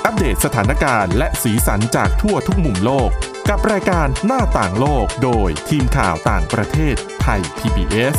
อัปเดตสถานการณ์และสีสันจากทั่วทุกมุมโลกกับรายการหน้าต่างโลกโดยทีมข่าวต่างประเทศไทย PBS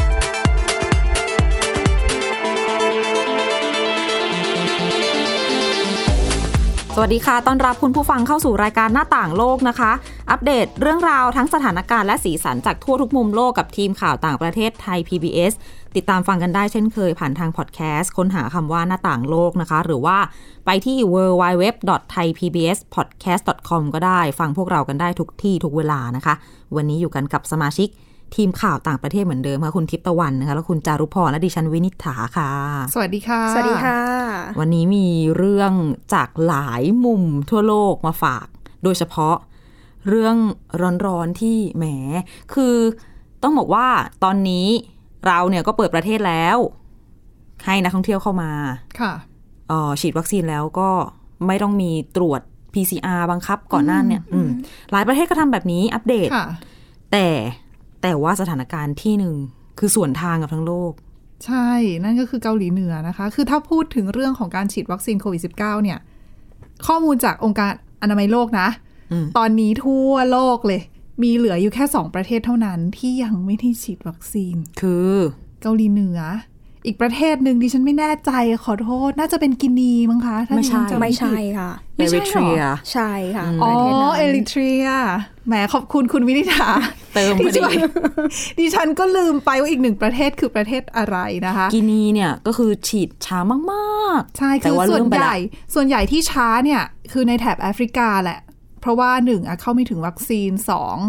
สวัสดีค่ะต้อนรับคุณผู้ฟังเข้าสู่รายการหน้าต่างโลกนะคะอัปเดตเรื่องราวทั้งสถานการณ์และสีสันจากทั่วทุกมุมโลกกับทีมข่าวต่างประเทศไทย PBS ติดตามฟังกันได้เช่นเคยผ่านทางพอดแคสต์ค้นหาคำว่าหน้าต่างโลกนะคะหรือว่าไปที่ www.thaipbspodcast.com ก็ได้ฟังพวกเรากันได้ทุกที่ทุกเวลานะคะวันนี้อยู่กันกับสมาชิกทีมข่าวต่างประเทศเหมือนเดิมค่ะคุณทิพย์ตะวันนะคะแล้วคุณจารุพรและดิฉันวินิษฐาค่ะสวัสดีค่ะสวัสดีค่ะวันนี้มีเรื่องจากหลายมุมทั่วโลกมาฝากโดยเฉพาะเรื่องร้อนๆที่แหมคือต้องบอกว่าตอนนี้เราเนี่ยก็เปิดประเทศแล้วให้นักท่องเที่ยวเข้ามาค่ะฉีดวัคซีนแล้วก็ไม่ต้องมีตรวจ PCR บังคับก่อนหน้าเนี่ยหลายประเทศก็ทำแบบนี้อัปเดตแต่ว่าสถานการณ์ที่หนึ่งคือส่วนทางกับทั้งโลกใช่นั่นก็คือเกาหลีเหนือนะคะคือถ้าพูดถึงเรื่องของการฉีดวัคซีนโควิด -19 เนี่ยข้อมูลจากองค์การอนามัยโลกนะตอนนี้ทั่วโลกเลยมีเหลืออยู่แค่2ประเทศเท่านั้นที่ยังไม่ได้ฉีดวัคซีนคือเกาหลีเหนืออีกประเทศหนึ่งดิฉันไม่แน่ใจขอโทษน่าจะเป็นกินีมั้งคะไม่ใช่ค่ะเอริเทรียใช่ค่ะอ๋อเอริเทรียแหมขอบคุณคุณวินิฐาเติมพอดีดิฉันก็ลืมไปว่าอีกหนึ่งประเทศคือประเทศอะไรนะคะกินีเนี่ยก็คือฉีดช้ามากๆใช่คือส่วนใหญ่ที่ช้าเนี่ยคือในแถบแอฟริกาแหละเพราะว่า1เข้าไม่ถึงวัคซีน2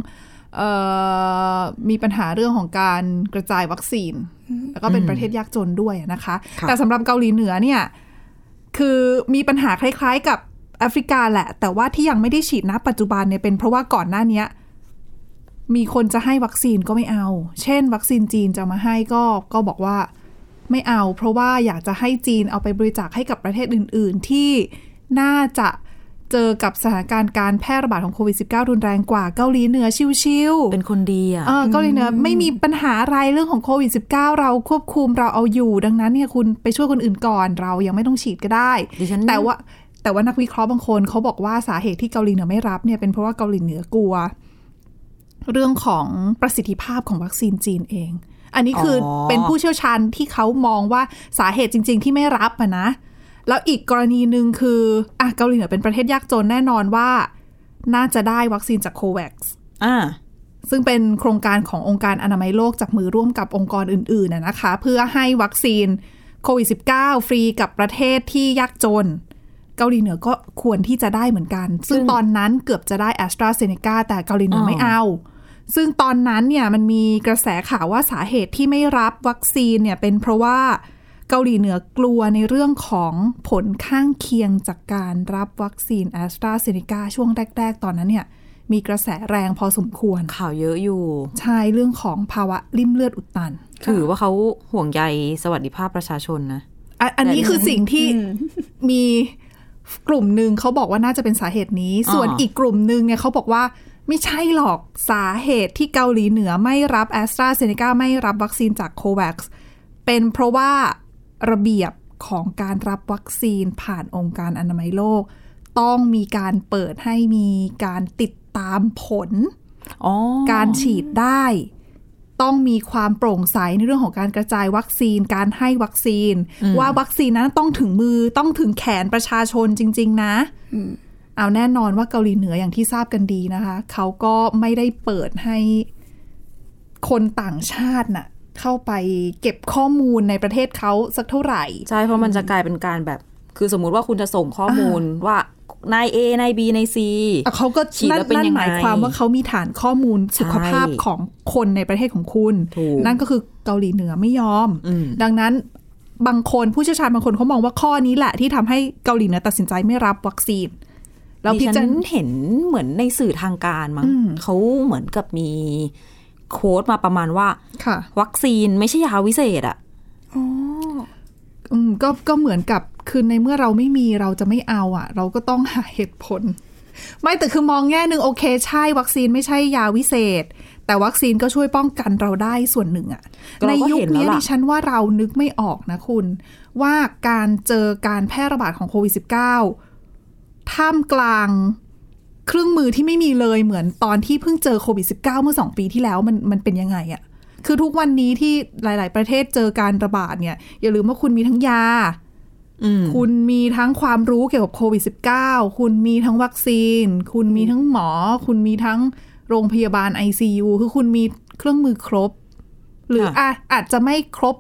มีปัญหาเรื่องของการกระจายวัคซีนแล้วก็เป็นประเทศยากจนด้วยนะคะแต่สำหรับเกาหลีเหนือเนี่ยคือมีปัญหาคล้ายๆกับแอฟริกาแหละแต่ว่าที่ยังไม่ได้ฉีดณปัจจุบันเนี่ยเป็นเพราะว่าก่อนหน้านี้มีคนจะให้วัคซีนก็ไม่เอาเช่นวัคซีนจีนจะมาให้ก็บอกว่าไม่เอาเพราะว่าอยากจะให้จีนเอาไปบริจาคให้กับประเทศอื่นๆที่น่าจะเจอกับสถานการณ์การแพร่ระบาดของโควิด -19 รุนแรงกว่าเกาหลีเหนือชิวๆเป็นคนดีอ่ะเกาหลีเหนือไม่มีปัญหาอะไรเรื่องของโควิด -19 เราควบคุมเราเอาอยู่ดังนั้นเนี่ยคุณไปช่วยคนอื่นก่อนเรายังไม่ต้องฉีดก็ได้แต่ว่านักวิเคราะห์บางคนเขาบอกว่าสาเหตุที่เกาหลีเหนือไม่รับเนี่ยเป็นเพราะว่าเกาหลีเหนือกลัวเรื่องของประสิทธิภาพของวัคซีนจีนเองอันนี้คือเป็นผู้เชี่ยวชาญที่เขามองว่าสาเหตุจริงๆที่ไม่รับนะแล้วอีกกรณีหนึ่งคือเกาหลีเหนือเป็นประเทศยากจนแน่นอนว่าน่าจะได้วัคซีนจากโควัคซ์ซึ่งเป็นโครงการขององค์การอนามัยโลกจับมือร่วมกับองค์กรอื่นๆนะคะเพื่อให้วัคซีนโควิด -19 ฟรีกับประเทศที่ยากจนเกาหลีเหนือก็ควรที่จะได้เหมือนกันซึ่งตอนนั้นเกือบจะได้ AstraZeneca แต่เกาหลีเหนือไม่เอาซึ่งตอนนั้นเนี่ยมันมีกระแสข่าวว่าสาเหตุที่ไม่รับวัคซีนเนี่ยเป็นเพราะว่าเกาหลีเหนือกลัวในเรื่องของผลข้างเคียงจากการรับวัคซีน AstraZeneca ช่วงแรกๆตอนนั้นเนี่ยมีกระแสแรงพอสมควรข่าวเยอะอยู่ใช่เรื่องของภาวะริ่มเลือดอุดตันถือว่าเขาห่วงใยสวัสดิภาพประชาชนนะอันนี้คือสิ่งที่มีกลุ่มหนึ่งเขาบอกว่าน่าจะเป็นสาเหตุนี้ส่วนอีกกลุ่มหนึ่งเนี่ยเขาบอกว่าไม่ใช่หรอกสาเหตุที่เกาหลีเหนือไม่รับ AstraZeneca ไม่รับวัคซีนจากโควัคซ์เป็นเพราะว่าระเบียบของการรับวัคซีนผ่านองค์การอนามัยโลกต้องมีการเปิดให้มีการติดตามผลการฉีดได้ต้องมีความโปร่งใสในเรื่องของการกระจายวัคซีนการให้วัคซีนว่าวัคซีนนั้นต้องถึงมือต้องถึงแขนประชาชนจริงๆนะเอาแน่นอนว่าเกาหลีเหนืออย่างที่ทราบกันดีนะคะเขาก็ไม่ได้เปิดให้คนต่างชาติน่ะเข้าไปเก็บข้อมูลในประเทศเขาสักเท่าไหร่ใช่เพราะมันจะกลายเป็นการแบบคือสมมุติว่าคุณจะส่งข้อมูลว่านาย A นาย B นาย C เขาก็นั่นหมายความว่าเขามีฐานข้อมูลสุขภาพของคนในประเทศของคุณนั่นก็คือเกาหลีเหนือไม่ยอมดังนั้นบางคนผู้เชี่ยวชาญบางคนเขามองว่าข้อนี้แหละที่ทำให้เกาหลีเหนือตัดสินใจไม่รับวัคซีนแล้วดิฉันเห็นเหมือนในสื่อทางการมั้งเขาเหมือนกับมีโค้ดมาประมาณว่าวัคซีนไม่ใช่ยาวิเศษอ่ะก็เหมือนกับคือในเมื่อเราไม่มีเราจะไม่เอาอ่ะเราก็ต้องหาเหตุผลไม่แต่คือมองแง่นึงโอเคใช่วัคซีนไม่ใช่ยาวิเศษแต่วัคซีนก็ช่วยป้องกันเราได้ส่วนหนึ่งอ่ะในยุคนี้ดิฉันว่าเรานึกไม่ออกนะคุณว่าการเจอการแพร่ระบาดของโควิด -19 ท่ามกลางเครื่องมือที่ไม่มีเลยเหมือนตอนที่เพิ่งเจอโควิด -19 เมื่อ2 ปีที่แล้วมันเป็นยังไงอะคือทุกวันนี้ที่หลายๆประเทศเจอการระบาดเนี่ยอย่าลืมว่าคุณมีทั้งยาคุณมีทั้งความรู้เกี่ยวกับโควิด -19 คุณมีทั้งวัคซีนคุณมีทั้งหมอคุณมีทั้งโรงพยาบาล ICU คือคุณมีเครื่องมือครบหรืออาจจะไม่ครบ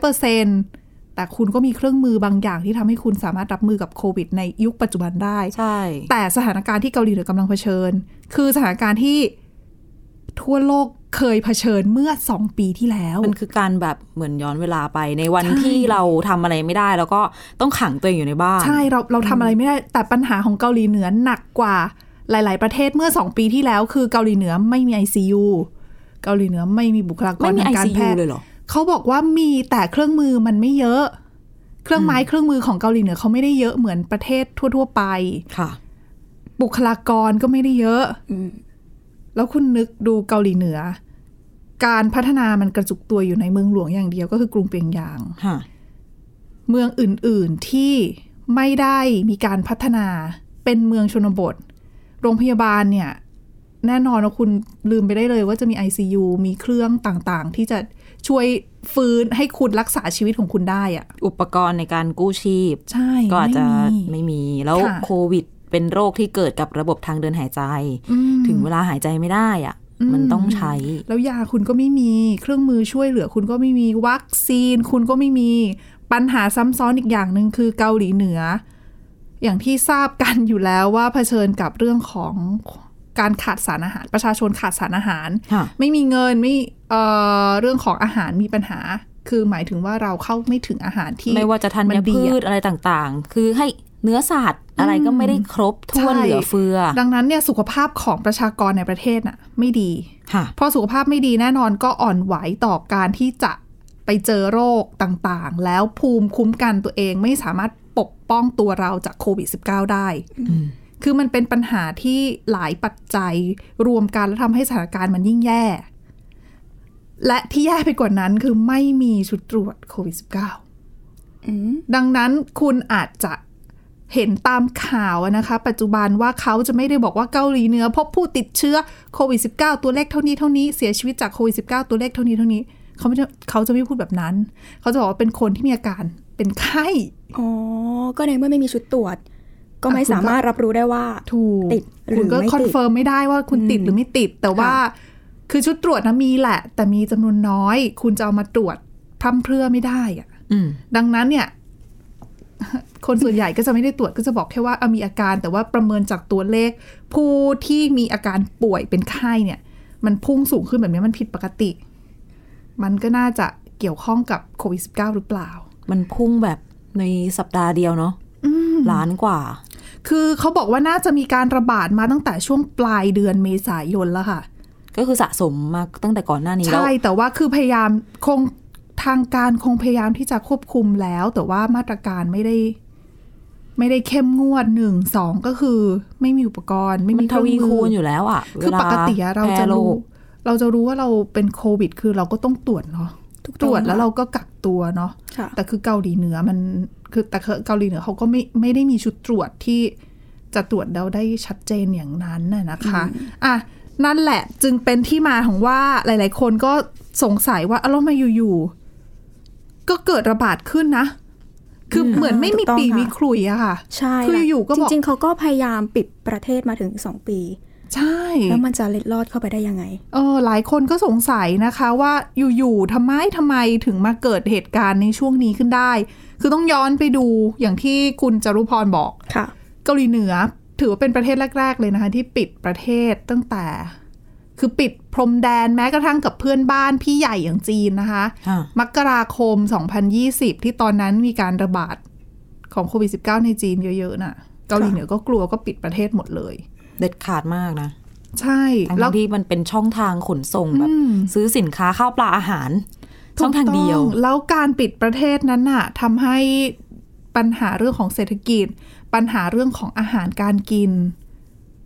100%แต่คุณก็มีเครื่องมือบางอย่างที่ทำให้คุณสามารถรับมือกับโควิดในยุคปัจจุบันได้ใช่แต่สถานการณ์ที่เกาหลีเหนือกำลังเผชิญคือสถานการณ์ที่ทั่วโลกเคยเผชิญเมื่อ2 ปีที่แล้วมันคือการแบบเหมือนย้อนเวลาไปในวันที่เราทำอะไรไม่ได้แล้วก็ต้องขังตัวเองอยู่ในบ้านใช่เราทำอะไรไม่ได้แต่ปัญหาของเกาหลีเหนือหนักกว่าหลายๆประเทศเมื่อ2 ปีที่แล้วคือเกาหลีเหนือไม่มี ICU เกาหลีเหนือไม่มีบุคลากรทางการแพทย์เขาบอกว่ามีแต่เครื่องมือมันไม่เยอะเครื่องมือของเกาหลีเหนือเขาไม่ได้เยอะเหมือนประเทศทั่วๆไปค่ะบุคลากรก็ไม่ได้เยอะแล้วคุณนึกดูเกาหลีเหนือการพัฒนามันกระจุกตัวอยู่ในเมืองหลวงอย่างเดียวก็คือกรุงเปียงยางเมืองอื่นๆที่ไม่ได้มีการพัฒนาเป็นเมืองชนบทโรงพยาบาลเนี่ยแน่นอนว่าคุณลืมไปได้เลยว่าจะมี ICU มีเครื่องต่างๆที่จะช่วยฟื้นให้คุณรักษาชีวิตของคุณได้อะอุปกรณ์ในการกู้ชีพใช่ก็อาจจะไม่มีแล้วโควิดเป็นโรคที่เกิดกับระบบทางเดินหายใจถึงเวลาหายใจไม่ได้อ่ะมันต้องใช้แล้วยาคุณก็ไม่มีเครื่องมือช่วยเหลือคุณก็ไม่มีวัคซีนคุณก็ไม่มีปัญหาซ้ำซ้อนอีกอย่างนึงคือเกาหลีเหนืออย่างที่ทราบกันอยู่แล้วว่าเผชิญกับเรื่องของการขาดสารอาหารประชาชนขาดสารอาหารไม่มีเงินไม่เรื่องของอาหารมีปัญหาคือหมายถึงว่าเราเข้าไม่ถึงอาหารที่ไม่ว่าจะธัญพืชอะไรต่างๆคือให้เนื้อสัตว์อะไรก็ไม่ได้ครบถ้วนเหลือเฟือดังนั้นเนี่ยสุขภาพของประชากรในประเทศน่ะไม่ดีเพราะสุขภาพไม่ดีแน่นอนก็อ่อนไหวต่อการที่จะไปเจอโรคต่างๆแล้วภูมิคุ้มกันตัวเองไม่สามารถปกป้องตัวเราจากโควิด -19 ได้คือมันเป็นปัญหาที่หลายปัจจัยรวมกันแล้วทำให้สถานการณ์มันยิ่งแย่และที่แย่ไปกว่านั้นคือไม่มีชุดตรวจโควิด -19 ดังนั้นคุณอาจจะเห็นตามข่าวนะคะปัจจุบันว่าเขาจะไม่ได้บอกว่าเกาหลีเหนือพบผู้ติดเชื้อโควิด -19 ตัวเลขเท่านี้เสียชีวิตจากโควิด -19 ตัวเลขเท่านี้เขาจะไม่พูดแบบนั้นเขาจะบอกว่าเป็นคนที่มีอาการเป็นไข้อ๋อก็ในเมื่อไม่มีชุดตรวจก็ไม่สามารถรับรู้ได้ว่าติดหรือไม่ติดคุณก็คอนเฟิร์มไม่ได้ว่าคุณติดหรือไม่ติดแต่ว่าคือชุดตรวจนะมีแหละแต่มีจำนวนน้อยคุณจะเอามาตรวจพร่ำเพรื่อไม่ได้อะดังนั้นเนี่ยคนส่วนใหญ่ก็จะไม่ได้ตรวจก็จะบอกแค่ว่ามีอาการแต่ว่าประเมินจากตัวเลขผู้ที่มีอาการป่วยเป็นไข้เนี่ยมันพุ่งสูงขึ้นแบบนี้มันผิดปกติมันก็น่าจะเกี่ยวข้องกับโควิด -19 หรือเปล่ามันพุ่งแบบในสัปดาห์เดียวเนาะล้านกว่าคือเขาบอกว่าน่าจะมีการระบาดมาตั้งแต่ช่วงปลายเดือนเมษายนแล้วค่ะก็คือสะสมมาตั้งแต่ก่อนหน้านี้แล้วใช่แต่ว่าคือพยายามทางการคงพยายามที่จะควบคุมแล้วแต่ว่ามาตรการไม่ได้เข้มงวด1-2ก็คือไม่มีอุปกรณ์ไม่มีทวีคูณอยู่แล้วอ่ะคือปกติเราจะรู้ว่าเราเป็นโควิดคือเราก็ต้องตรวจเนาะตรวจแล้วเราก็กักตัวเนาะแต่คือเกาหลีเหนือมันคือแต่เกาหลีเหนือเขาก็ไม่ได้มีชุดตรวจที่จะตรวจเราได้ชัดเจนอย่างนั้นนะคะนั่นแหละจึงเป็นที่มาของว่าหลายๆคนก็สงสัยว่าแล้วมาอยู่ๆก็เกิดระบาดขึ้นนะคือเหมือนไม่มีปีมีขลุ่ยอะค่ะใช่คืออยู่ๆก็บอกจริงๆเขาก็พยายามปิดประเทศมาถึง2 ปีใช่แล้วมันจะเล็ดลอดเข้าไปได้ยังไงหลายคนก็สงสัยนะคะว่าอยู่ๆทำไมถึงมาเกิดเหตุการณ์ในช่วงนี้ขึ้นได้คือต้องย้อนไปดูอย่างที่คุณจารุพรบอกค่ะเกาหลีเหนือถือว่าเป็นประเทศแรกๆเลยนะคะที่ปิดประเทศตั้งแต่คือปิดพรมแดนแม้กระทั่งกับเพื่อนบ้านพี่ใหญ่อย่างจีนนะคะมกราคม2020ที่ตอนนั้นมีการระบาดของโควิด -19 ในจีนเยอะๆน่ะเกาหลีเหนือก็กลัวก็ปิดประเทศหมดเลยเด็ดขาดมากนะใช่แล้วที่มันเป็นช่องทางขนส่งแบบซื้อสินค้าข้าวปลาอาหารช่องทางเดียวแล้วการปิดประเทศนั้นน่ะทำให้ปัญหาเรื่องของเศรษฐกิจปัญหาเรื่องของอาหารการกิน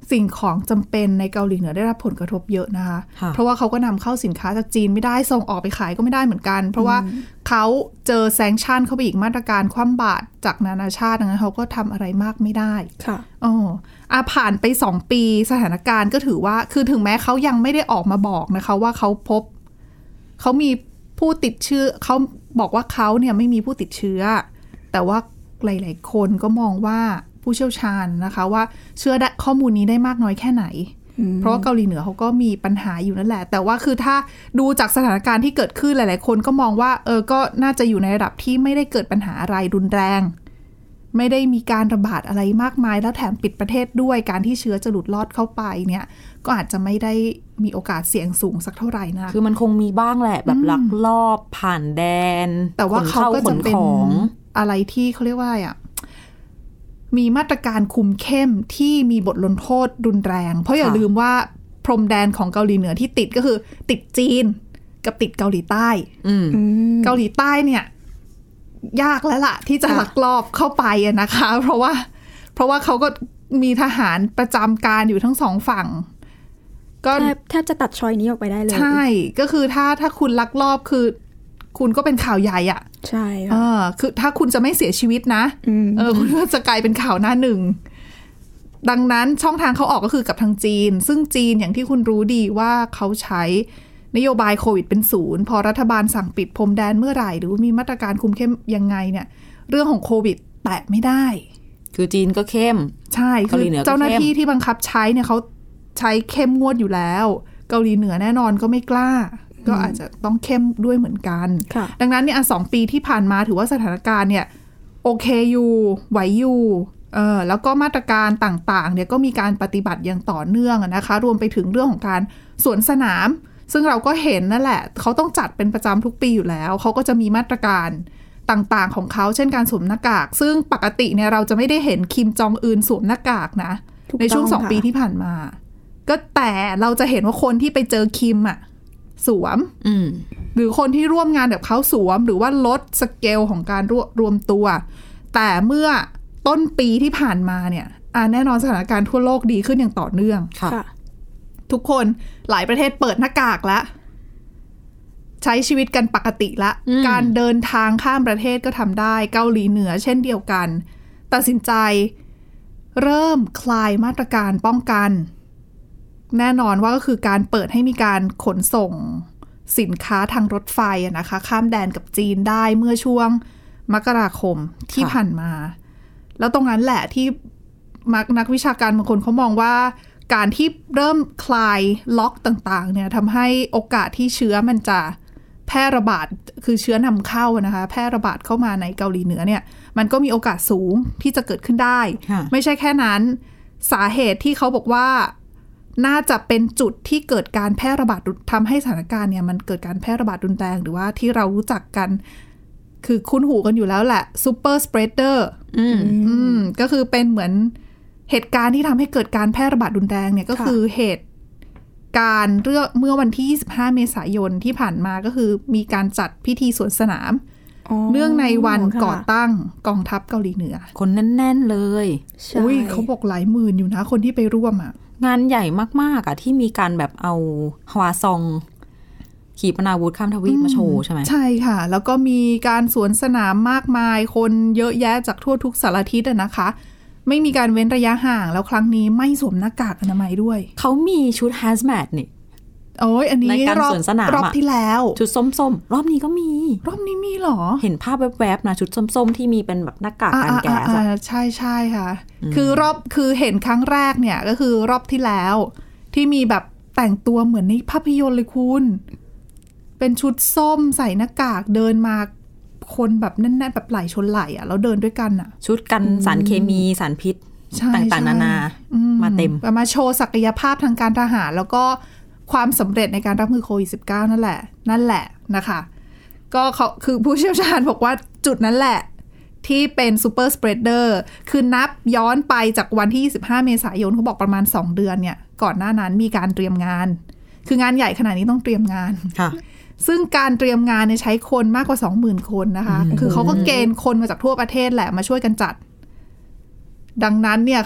สิ่งของจำเป็นในเกาหลีเหนือได้รับผลกระทบเยอะนะคะเพราะว่าเขาก็นำเข้าสินค้าจากจีนไม่ได้ส่งออกไปขายก็ไม่ได้เหมือนกันเพราะว่าเขาเจอแซงชั่นเข้าไปอีกมาตรการคว่ำบาตรจากนานาชาติดังนั้นเขาก็ทำอะไรมากไม่ได้ค่ะผ่านไป2 ปีสถานการณ์ก็ถือว่าคือถึงแม้เขายังไม่ได้ออกมาบอกนะคะว่าเขามีผู้ติดเชื้อเขาบอกว่าเขาเนี่ยไม่มีผู้ติดเชื้อแต่ว่าหลายๆคนก็มองว่าผู้เชี่ยวชาญนะคะว่าเชื่อได้ข้อมูลนี้ได้มากน้อยแค่ไหนเพราะว่าเกาหลีเหนือเขาก็มีปัญหาอยู่นั่นแหละแต่ว่าคือถ้าดูจากสถานการณ์ที่เกิดขึ้นหลายๆคนก็มองว่าก็น่าจะอยู่ในระดับที่ไม่ได้เกิดปัญหาอะไรรุนแรงไม่ได้มีการระบาดอะไรมากมายแล้วแถมปิดประเทศด้วยการที่เชื้อจะหลุดลอดเข้าไปเนี่ยก็อาจจะไม่ได้มีโอกาสเสี่ยงสูงสักเท่าไหร่นะคือมันคงมีบ้างแหละแบบลักลอบผ่านแดนแต่ว่าเขาก็จะเป็นอะไรที่เขาเรียกว่ามีมาตรการคุมเข้มที่มีบทลงโทษรุนแรงเพราะอย่าลืมว่าพรมแดนของเกาหลีเหนือที่ติดก็คือติดจีนกับติดเกาหลีใต้เกาหลีใต้เนี่ยยากแล้วล่ะที่จะลักลอบเข้าไปนะคะเพราะว่าเขาก็มีทหารประจำการอยู่ทั้ง2 ฝั่งก็แทบจะตัดชอยนี้ออกไปได้เลยใช่ก็คือถ้าคุณลักลอบคือคุณก็เป็นข่าวใหญ่อ่ะใช่คือถ้าคุณจะไม่เสียชีวิตนะคุณก็จะกลายเป็นข่าวหน้าหนึ่งดังนั้นช่องทางเขาออกก็คือกับทางจีนซึ่งจีนอย่างที่คุณรู้ดีว่าเขาใช้นโยบายโควิดเป็น0พอรัฐบาลสั่งปิดพรมแดนเมื่อไหร่หรือมีมาตรการคุมเข้มยังไงเนี่ยเรื่องของโควิดแตะไม่ได้คือจีนก็เข้มใช่คือเจ้าหน้าที่ที่บังคับใช้เนี่ยเขาใช้เข้มงวดอยู่แล้วเกาหลีเหนือแน่นอนก็ไม่กล้าก็อาจจะต้องเข้มด้วยเหมือนกันดังนั้นเนี่ย2 ปีที่ผ่านมาถือว่าสถานการณ์เนี่ยโอเคอยู่ไหวอยู่แล้วก็มาตรการต่างๆเนี่ยก็มีการปฏิบัติอย่างต่อเนื่องนะคะรวมไปถึงเรื่องของการสวนสนามซึ่งเราก็เห็นนั่นแหละเขาต้องจัดเป็นประจำทุกปีอยู่แล้วเขาก็จะมีมาตรการต่างๆของเขาเช่นการสวมหน้ากากซึ่งปกติเนี่ยเราจะไม่ได้เห็นคิมจองอึนสวมหน้ากากนะในช่วง2 ปีที่ผ่านมาก็แต่เราจะเห็นว่าคนที่ไปเจอคิมสวมหรือคนที่ร่วมงานแบบเขาสวมหรือว่าลดสเกลของการรวมตัวแต่เมื่อต้นปีที่ผ่านมาเนี่ยแน่นอนสถานการณ์ทั่วโลกดีขึ้นอย่างต่อเนื่องทุกคนหลายประเทศเปิดหน้ากากแล้วใช้ชีวิตกันปกติละการเดินทางข้ามประเทศก็ทำได้เกาหลีเหนือเช่นเดียวกันตัดสินใจเริ่มคลายมาตรการป้องกันแน่นอนว่าก็คือการเปิดให้มีการขนส่งสินค้าทางรถไฟนะคะข้ามแดนกับจีนได้เมื่อช่วงมกราคมที่ผ่านมาแล้วตรงนั้นแหละที่นักวิชาการบางคนเขามองว่าการที่เริ่มคลายล็อกต่างๆเนี่ยทำให้โอกาสที่เชื้อมันจะแพร่ระบาดคือเชื้อนำเข้านะคะแพร่ระบาดเข้ามาในเกาหลีเหนือเนี่ยมันก็มีโอกาสสูงที่จะเกิดขึ้นได้ไม่ใช่แค่นั้นสาเหตุที่เขาบอกว่าน่าจะเป็นจุดที่เกิดการแพร่ระบาดทำให้สถานการณ์เนี่ยมันเกิดการแพร่ระบาดรุนแรงหรือว่าที่เรารู้จักกันคือคุ้นหูกันอยู่แล้วแหละซูเปอร์สเปรดเดอร์ก็คือเป็นเหมือนเหตุการณ์ที่ทำให้เกิดการแพร่ระบาดรุนแรงเนี่ยก็คือเหตุการณ์เมื่อวันที่25เมษายนที่ผ่านมาก็คือมีการจัดพิธีสวนสนามเนื่องในวันก่อตั้งกองทัพเกาหลีเหนือคนแน่นๆเลยอุ้ยเขาบอกหลายหมื่นอยู่นะคนที่ไปร่วมงานใหญ่มากๆที่มีการแบบเอาฮวาซองขีปนาวุธข้ามทวีปมาโชว์ใช่ไหมใช่ค่ะแล้วก็มีการสวนสนามมากมายคนเยอะแยะจากทั่วทุกสารทิศนะคะไม่มีการเว้นระยะห่างแล้วครั้งนี้ไม่สวมหน้ากากอนามัยด้วยเขามีชุดแฮซแมทนี่โอ้ยอันนี้รอบที่แล้วชุดส้มๆรอบนี้ก็มีรอบนี้มีหรอเห็นภาพแวบๆนะชุดส้มๆที่มีเป็นแบบหน้ากากกันแก๊สใช่ใช่ค่ะคือเห็นครั้งแรกเนี่ยก็คือรอบที่แล้วที่มีแบบแต่งตัวเหมือนในภาพยนตร์เลยคุณเป็นชุดส้มใส่หน้ากากเดินมาคนแบบแน่นๆแบบไหลชนไหลแล้วเดินด้วยกันชุดกันสารเคมีสารพิษต่างๆนานามาเต็มมาโชว์ศักยภาพทางการทหารแล้วก็ความสำเร็จในการรับมือโควิด -19 นั่นแหละนะคะก็เขาคือผู้เชี่ยวชาญบอกว่าจุดนั้นแหละที่เป็นซูเปอร์สเปรดเดอร์คือนับย้อนไปจากวันที่25เมษายนเขาบอกประมาณ2เดือนเนี่ยก่อนหน้านั้นมีการเตรียมงานคืองานใหญ่ขนาดนี้ต้องเตรียมงานซึ่งการเตรียมงานเนี่ยใช้คนมากกว่า 20,000 คนนะคะคือเขาก็เกณฑ์คนมาจากทั่วประเทศแหละมาช่วยกันจัดดังนั้นเนี่ยเขา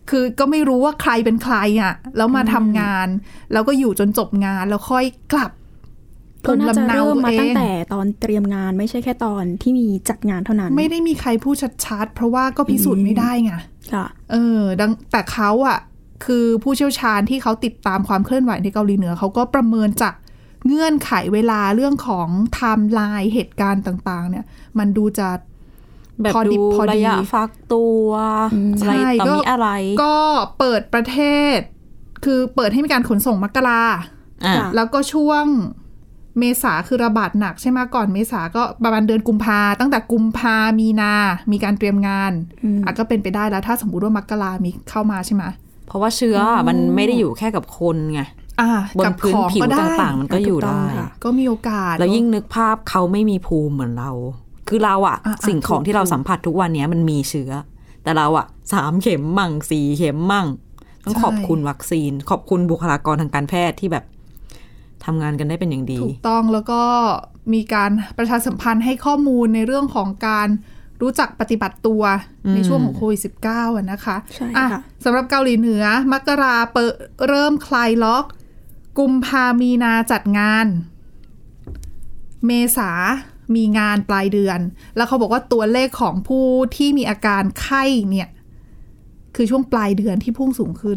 คือก็ไม่รู้ว่าใครเป็นใครอ่ะแล้วมาทำงานแล้วก็อยู่จนจบงานแล้วค่อยกลับก็น่าจะเริ่มมาตั้งแต่ตอนเตรียมงานไม่ใช่แค่ตอนที่มีจัดงานเท่านั้นไม่ได้มีใครพูดชัดๆเพราะว่าก็พิสูจน์ไม่ได้ไงค่ะแต่เขาอ่ะคือผู้เชี่ยวชาญที่เขาติดตามความเคลื่อนไหวในเกาหลีเหนือเขาก็ประเมินจากเงื่อนไขเวลาเรื่องของไทม์ไลน์เหตุการณ์ต่างๆเนี่ยมันดูจะแบบดูระยะฟักตัวอะไรต่อมีอะไรก็เปิดประเทศคือเปิดให้มีการขนส่งมกราแล้วก็ช่วงเมษาคือระบาดหนักใช่ไหมก่อนเมษาก็ประมาณเดือนกุมภาตั้งแต่กุมภามีนามีการเตรียมงานก็เป็นไปได้แล้วถ้าสมมุติว่ามกรามีเข้ามาใช่ไหมเพราะว่าเชื้อมันไม่ได้อยู่แค่กับคนไงบนพื้นผิวต่างๆมันก็อยู่ได้ก็มีโอกาสแล้วยิ่งนึกภาพเขาไม่มีภูมิเหมือนเราคือเราสิ่งของที่เราสัมผัสทุกวันนี้มันมีเชื้อแต่เรา3 เข็มมั่ง4 เข็มมั่งต้องขอบคุณวัคซีนขอบคุณบุคลากรทางการแพทย์ที่แบบทำงานกันได้เป็นอย่างดีถูกต้องแล้วก็มีการประชาสัมพันธ์ให้ข้อมูลในเรื่องของการรู้จักปฏิบัติตัวในช่วงของโควิด -19 นะคะใช่ค่ะสำหรับเกาหลีเหนือมกราเริ่มคลายล็อกกุมภามีนาจัดงานเมษามีงานปลายเดือนแล้วเขาบอกว่าตัวเลขของผู้ที่มีอาการไข้เนี่ยคือช่วงปลายเดือนที่พุ่งสูงขึ้น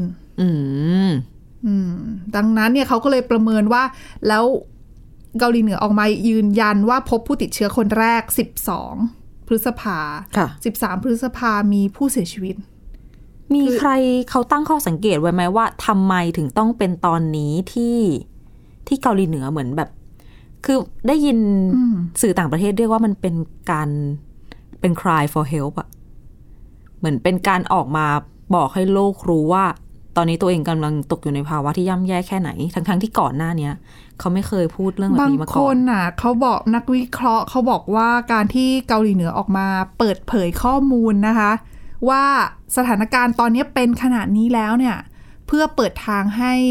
ดังนั้นเนี่ยเขาก็เลยประเมินว่าแล้วเกาหลีเหนือออกมายืนยันว่าพบผู้ติดเชื้อคนแรก12 พฤษภา13 พฤษภามีผู้เสียชีวิตมีใครเขาตั้งข้อสังเกตไว้ไหมว่าทำไมถึงต้องเป็นตอนนี้ที่เกาหลีเหนือเหมือนแบบคือได้ยินสื่อต่างประเทศเรียกว่ามันเป็นการเป็น cry for help อะเหมือนเป็นการออกมาบอกให้โลกรู้ว่าตอนนี้ตัวเองกำลังตกอยู่ในภาวะที่ย่ำแย่แค่ไหนทั้งที่ก่อนหน้านี้เขาไม่เคยพูดเรื่องแบบนี้มาก่อนบางคนน่ะเขาบอกนักวิเคราะห์เขาบอกว่าการที่เกาหลีเหนือออกมาเปิดเผยข้อมูลนะคะว่าสถานการณ์ตอนนี้เป็นขนาดนี้แล้วเนี่ยเพื่อเปิดทาง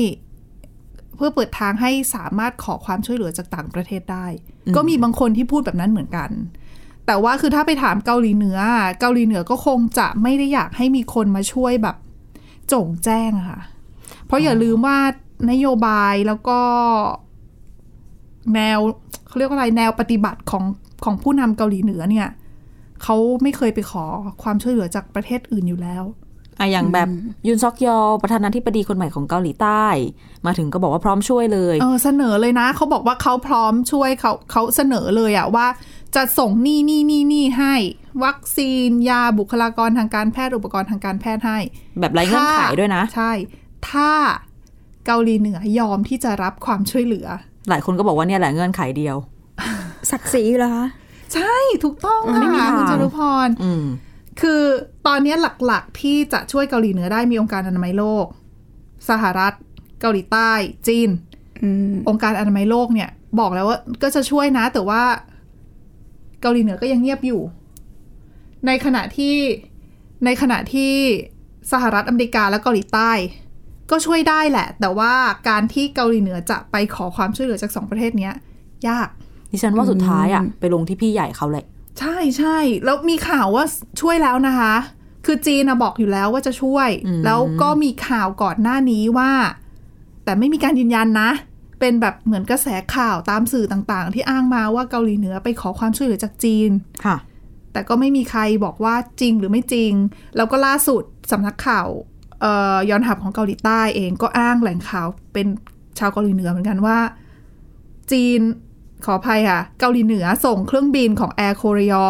ให้สามารถขอความช่วยเหลือจากต่างประเทศได้ก็มีบางคนที่พูดแบบนั้นเหมือนกันแต่ว่าคือถ้าไปถามเกาหลีเหนือก็คงจะไม่ได้อยากให้มีคนมาช่วยแบบโจ่งแจ้งค่ะเพราะอย่าลืมว่านโยบายแล้วก็แนวเขาเรียกว่าอะไรแนวปฏิบัติของผู้นำเกาหลีเหนือเนี่ยเขาไม่เคยไปขอความช่วยเหลือจากประเทศอื่นอยู่แล้วอย่างแบบยุนซอกยอประธานาธิบดีคนใหม่ของเกาหลีใต้มาถึงก็บอกว่าพร้อมช่วยเลยเสนอเลยนะเขาบอกว่าเขาพร้อมช่วยเขาเสนอเลยว่าจะส่งนี่ให้วัคซีนยาบุคลากรทางการแพทย์อุปกรณ์ทางการแพทย์ให้แบบไร้เงื่อนไขด้วยนะใช่ถ้าเกาหลีเหนือยอมที่จะรับความช่วยเหลือหลายคนก็บอกว่าเนี่ยแหละเงื่อนไขเดียวศักดิ์ศรีเหรอคะใช่ถูกต้องค่ะคุณจรุพรคือตอนนี้หลักๆที่จะช่วยเกาหลีเหนือได้มีองค์การอนามัยโลกสหรัฐเกาหลีใต้จีนองค์การอนามัยโลกเนี่ยบอกแล้วว่าก็จะช่วยนะแต่ว่าเกาหลีเหนือก็ยังเงียบอยู่ในขณะที่สหรัฐอเมริกาและเกาหลีใต้ก็ช่วยได้แหละแต่ว่าการที่เกาหลีเหนือจะไปขอความช่วยเหลือจาก2 ประเทศนี้ยากดิฉันว่าสุดท้ายไปลงที่พี่ใหญ่เขาแหละใช่แล้วมีข่าวว่าช่วยแล้วนะคะคือจีนบอกอยู่แล้วว่าจะช่วยแล้วก็มีข่าวก่อนหน้านี้ว่าแต่ไม่มีการยืนยันนะเป็นแบบเหมือนกระแสข่าวตามสื่อต่างๆที่อ้างมาว่าเกาหลีเหนือไปขอความช่วยเหลือจากจีนค่ะแต่ก็ไม่มีใครบอกว่าจริงหรือไม่จริงแล้วก็ล่าสุดสำนักข่าวย้อนหับของเกาหลีใต้เองก็อ้างแหล่งข่าวเป็นชาวเกาหลีเหนือเหมือนกันว่าจีนขออภัยค่ะเกาหลีเหนือส่งเครื่องบินของ Air Korea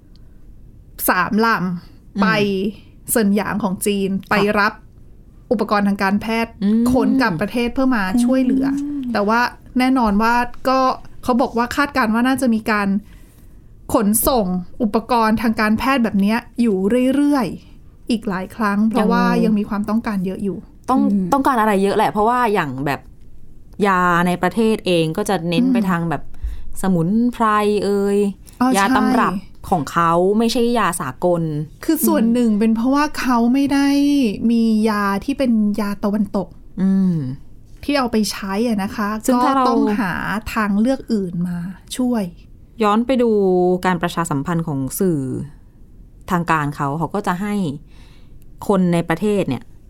3 ลำไปเซินหยางของจีนไปรับอุปกรณ์ทางการแพทย์ขนกลับประเทศเพื่อมาช่วยเหลือแต่ว่าแน่นอนว่าก็เขาบอกว่าคาดการณ์ว่าน่าจะมีการขนส่งอุปกรณ์ทางการแพทย์แบบนี้อยู่เรื่อยๆอีกหลายครั้งเพราะว่ายังมีความต้องการเยอะอยู่ต้องการอะไรเยอะแหละเพราะว่าอย่างแบบยาในประเทศเองก็จะเน้นไปทางแบบสมุนไพรยาตำรับของเขาไม่ใช่ยาสากลคือส่วนหนึ่งเป็นเพราะว่าเขาไม่ได้มียาที่เป็นยาตะวันตกที่เอาไปใช้นะคะก็ต้องหาทางเลือกอื่นมาช่วยย้อนไปดูการประชาสัมพันธ์ของสื่อทางการเขาก็จะให้คนในประเทศเนี่ย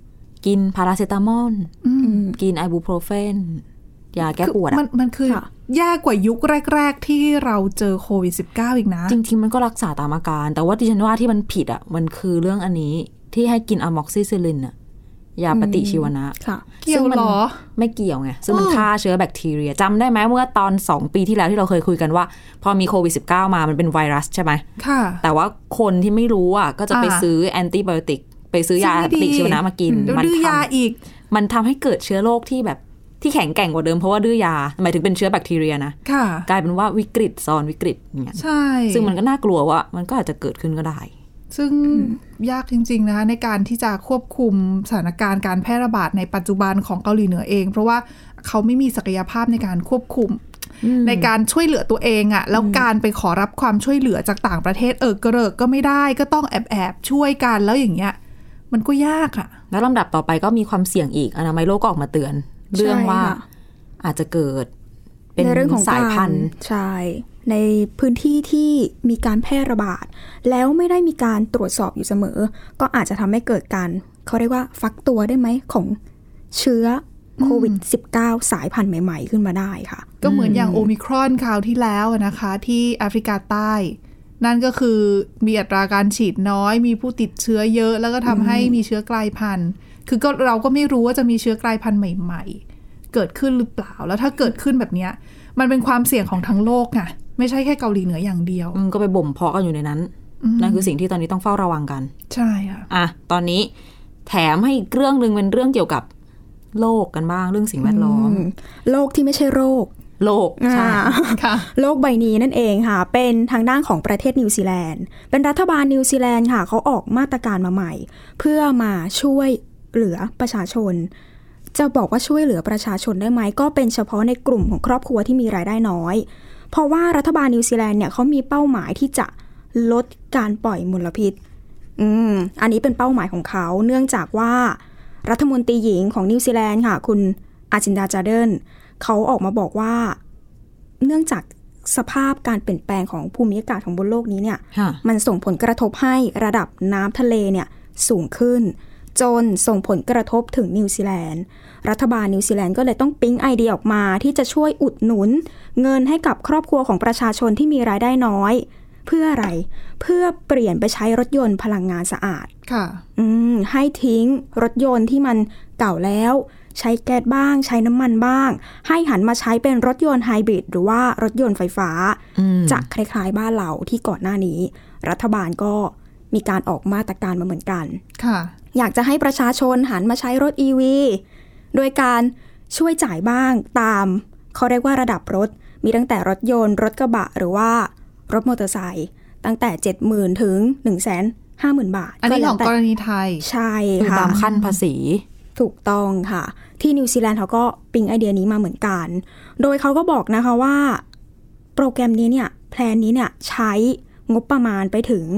กินพาราเซตามอลกินไอบูโปรเฟนยาแก้ปวดมันคือแย่กว่ายุคแรกๆที่เราเจอโควิด -19 อีกนะจริงๆมันก็รักษาตามอาการแต่ว่าดิฉันว่าที่มันผิดอ่ะมันคือเรื่องอันนี้ที่ให้กินอะม็อกซิซิลินอ่ะยาปฏิชีวนะเกี่ยวหรอไม่เกี่ยวไงซึ่งมันฆ่าเชื้อแบคทีเรียจำได้ไหมเมื่อตอน2 ปีที่แล้วที่เราเคยคุยกันว่าพอมีโควิด -19 มามันเป็นไวรัสใช่ไหมค่ะแต่ว่าคนที่ไม่รู้อ่ะก็จะไปซื้อแอนติไบโอติกไปซื้อยาปฏิชีวนะมากินมันดื้อยาอีกมันทำให้เกิดเชื้อโรคที่แบบที่แข็งแกร่งกว่าเดิมเพราะว่าดื้อยาหมายถึงเป็นเชื้อแบคทีเรียนะกลายเป็นว่าวิกฤตซ้อนวิกฤตเนี่ยใช่ซึ่งมันก็น่ากลัวว่ามันก็อาจจะเกิดขึ้นก็ได้ซึ่งยากจริงๆนะคะในการที่จะควบคุมสถานการณ์การแพร่ระบาดในปัจจุบันของเกาหลีเหนือเองเพราะว่าเขาไม่มีศักยภาพในการควบคุมในการช่วยเหลือตัวเองอ่ะแล้วการไปขอรับความช่วยเหลือจากต่างประเทศกระเริกก็ไม่ได้ก็ต้องแอบช่วยกันแล้วอย่างเงี้ยมันก็ยากอ่ะแล้วลำดับต่อไปก็มีความเสี่ยงอีกอนามัยโลกก็ออกมาเตือนเรื่องว่าอาจจะเกิดเป็นเรื่องของสายพันธุ์ใช่ในพื้นที่ที่มีการแพร่ระบาดแล้วไม่ได้มีการตรวจสอบอยู่เสมอก็อาจจะทำให้เกิดการเขาเรียกว่าฟักตัวได้ไหมของเชื้อโควิด -19 สายพันธุ์ใหม่ๆขึ้นมาได้ค่ะก็เหมือนอย่างโอมิครอนคราวที่แล้วนะคะที่แอฟริกาใต้นั่นก็คือมีอัตราการฉีดน้อยมีผู้ติดเชื้อเยอะแล้วก็ทำให้มีเชื้อกลายพันธุ์คือก็เราก็ไม่รู้ว่าจะมีเชื้อกลายพันธุ์ใหม่ๆเกิดขึ้นหรือเปล่าแล้วถ้าเกิดขึ้นแบบนี้มันเป็นความเสี่ยงของทั้งโลกไงไม่ใช่แค่เกาหลีเหนืออย่างเดียวก็ไปบ่มเพาะกันอยู่ในนั้นนั่นคือสิ่งที่ตอนนี้ต้องเฝ้าระวังกันใช่ค่ะตอนนี้แถมให้อีกเรื่องนึงเป็นเรื่องเกี่ยวกับโลกกันบ้างเรื่องสิ่งแวดล้อมโลกที่ไม่ใช่โรคโลกใช่ค่ะโลกใบนี้นั่นเองค่ะเป็นทางด้านของประเทศนิวซีแลนด์เป็นรัฐบาลนิวซีแลนด์ค่ะเขาออกมาตรการมาใหม่เพื่อมาช่วยเหลือประชาชนจะบอกว่าช่วยเหลือประชาชนได้ไหมก็เป็นเฉพาะในกลุ่มของครอบครัวที่มีรายได้น้อยเพราะว่ารัฐบาลนิวซีแลนด์เนี่ยเขามีเป้าหมายที่จะลดการปล่อยมลพิษอันนี้เป็นเป้าหมายของเขาเนื่องจากว่ารัฐมนตรีหญิงของนิวซีแลนด์ค่ะคุณอาจินดาจาเดนเขาออกมาบอกว่าเนื่องจากสภาพการเปลี่ยนแปลงของภูมิอากาศของบนโลกนี้เนี่ยมันส่งผลกระทบให้ระดับน้ำทะเลเนี่ยสูงขึ้นจนส่งผลกระทบถึงนิวซีแลนด์รัฐบาลนิวซีแลนด์ก็เลยต้องปิ๊งไอเดียออกมาที่จะช่วยอุดหนุนเงินให้กับครอบครัวของประชาชนที่มีรายได้น้อยเพื่ออะไรเพื่อเปลี่ยนไปใช้รถยนต์พลังงานสะอาดค่ะให้ทิ้งรถยนต์ที่มันเก่าแล้วใช้แก๊สบ้างใช้น้ำมันบ้างให้หันมาใช้เป็นรถยนต์ไฮบริดหรือว่ารถยนต์ไฟฟ้าจะคล้ายๆบ้านเราที่ก่อนหน้านี้รัฐบาลก็มีการออกมาตรการมาเหมือนกันค่ะอยากจะให้ประชาชนหันมาใช้รถ EV โดยการช่วยจ่ายบ้างตามเขาเรียกว่าระดับรถมีตั้งแต่รถยนต์รถกระบะหรือว่ารถมอเตอร์ไซค์ตั้งแต่ 70,000 ถึง 150,000 บาทอันนี้ของกรณีไทยใช่ค่ะตามขั้นภาษีถูกต้องค่ะที่นิวซีแลนด์เขาก็ปิ๊งไอเดียนี้มาเหมือนกันโดยเขาก็บอกนะคะว่าโปรแกรมนี้เนี่ยแพลนนี้เนี่ยใช้งบประมาณไปถึง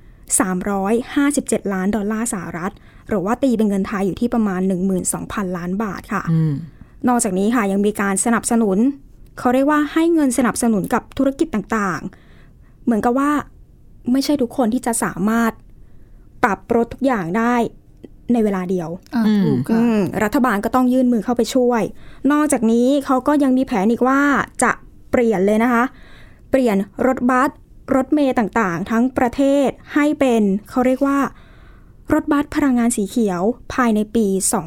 $357 ล้านสหรัฐหรือว่าตีเป็นเงินไทยอยู่ที่ประมาณ 12,000 ล้านบาทค่ะนอกจากนี้ค่ะยังมีการสนับสนุนเขาเรียกว่าให้เงินสนับสนุนกับธุรกิจต่างๆเหมือนกับว่าไม่ใช่ทุกคนที่จะสามารถปรับลดทุกอย่างได้ในเวลาเดียวรัฐบาลก็ต้องยื่นมือเข้าไปช่วยนอกจากนี้เขาก็ยังมีแผนอีกว่าจะเปลี่ยนเลยนะคะเปลี่ยนรถบัสรถเมล์ต่างๆทั้งประเทศให้เป็นเขาเรียกว่ารถบัสพลังงานสีเขียวภายในปี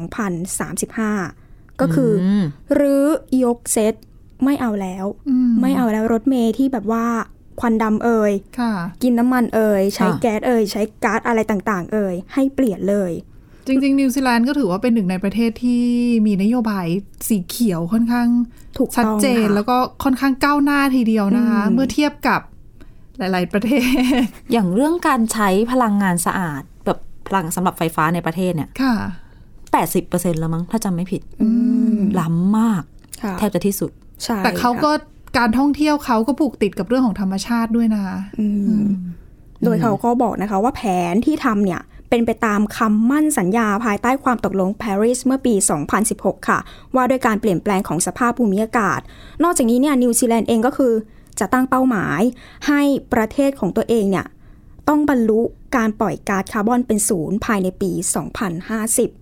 2035 ก็คือหรือยกเซตไม่เอาแล้วรถเมล์ที่แบบว่าควันดำกินน้ำมันใช้แก๊สใช้ก๊าซอะไรต่างๆให้เปลี่ยนเลยจริงๆนิวซีแลนด์ก็ถือว่าเป็นหนึ่งในประเทศที่มีนโยบายสีเขียวค่อนข้างชัดเจนแล้วก็ค่อนข้างก้าวหน้าทีเดียวนะคะเมื่อเทียบกับหลายๆประเทศอย่างเรื่องการใช้พลังงานสะอาดแบบพลังสำหรับไฟฟ้าในประเทศเนี่ยค่ะ 80% แล้วมั้งถ้าจำไม่ผิดล้ำมากแทบจะที่สุดแต่เขาก็การท่องเที่ยวเขาก็ผูกติดกับเรื่องของธรรมชาติด้วยนะโดยเขาก็บอกนะคะว่าแผนที่ทำเนี่ยเป็นไปตามคำมั่นสัญญาภายใต้ความตกลงปารีสเมื่อปี 2016 ค่ะว่าด้วยการเปลี่ยนแปลงของสภาพภูมิอากาศนอกจากนี้เนี่ยนิวซีแลนด์เองก็คือจะตั้งเป้าหมายให้ประเทศของตัวเองเนี่ยต้องบรรลุการปล่อยก๊าซคาร์บอนเป็นศูนย์ภายในปี 2050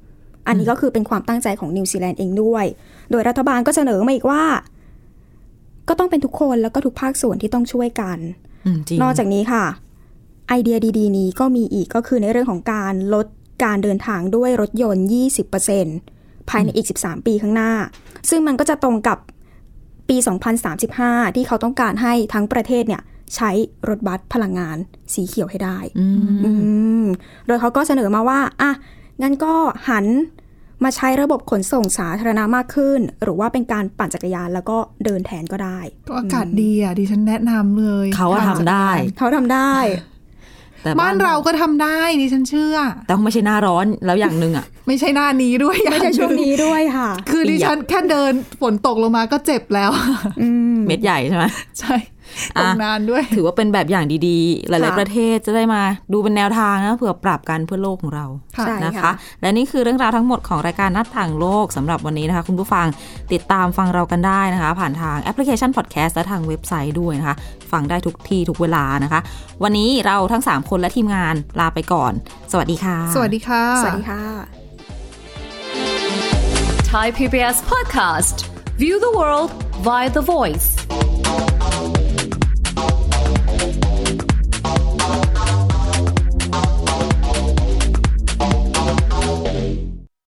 อันนี้ก็คือเป็นความตั้งใจของนิวซีแลนด์เองด้วยโดยรัฐบาลก็เสนอมาอีกว่าก็ต้องเป็นทุกคนแล้วก็ทุกภาคส่วนที่ต้องช่วยกันนอกจากนี้ค่ะไอเดียดีๆนี้ก็มีอีกก็คือในเรื่องของการลดการเดินทางด้วยรถยนต์ 20% ภายในอีก13ปีข้างหน้าซึ่งมันก็จะตรงกับปี2035ที่เขาต้องการให้ทั้งประเทศเนี่ยใช้รถบัสพลังงานสีเขียวให้ได้โดยเขาก็เสนอมาว่าอ่ะงั้นก็หันมาใช้ระบบขนส่งสาธารณะมากขึ้นหรือว่าเป็นการปั่นจักรยานแล้วก็เดินแทนก็ได้ก็อากาศดีอ่ะดิฉันแนะนำเลยเขาทำได้แต่บ้านเราก็ทำได้ดิฉันเชื่อแต่ไม่ใช่หน้าร้อนแล้วอย่างนึงอ่ะไม่ใช่หน้านี้ด้วยไม่ใช่ช่วงนี้ด้วยค่ะคือดิฉันแค่เดินฝนตกลงมาก็เจ็บแล้วเม็ดใหญ่ใช่ไหมใช่ตกนานด้วยถือว่าเป็นแบบอย่างดีๆหลายๆประเทศจะได้มาดูเป็นแนวทางนะเผื่อปรับกันเพื่อโลกของเรานะคะและนี่คือเรื่องราวทั้งหมดของรายการหน้าต่างโลกสำหรับวันนี้นะคะคุณผู้ฟังติดตามฟังเรากันได้นะคะผ่านทางแอปพลิเคชันพอดแคสต์และทางเว็บไซต์ด้วยนะคะฟังได้ทุกที่ทุกเวลานะคะวันนี้เราทั้ง3คนและทีมงานลาไปก่อนสวัสดีค่ะสวัสดีค่ะสวัสดีค่ะ Thai PBS Podcast View the world via the voice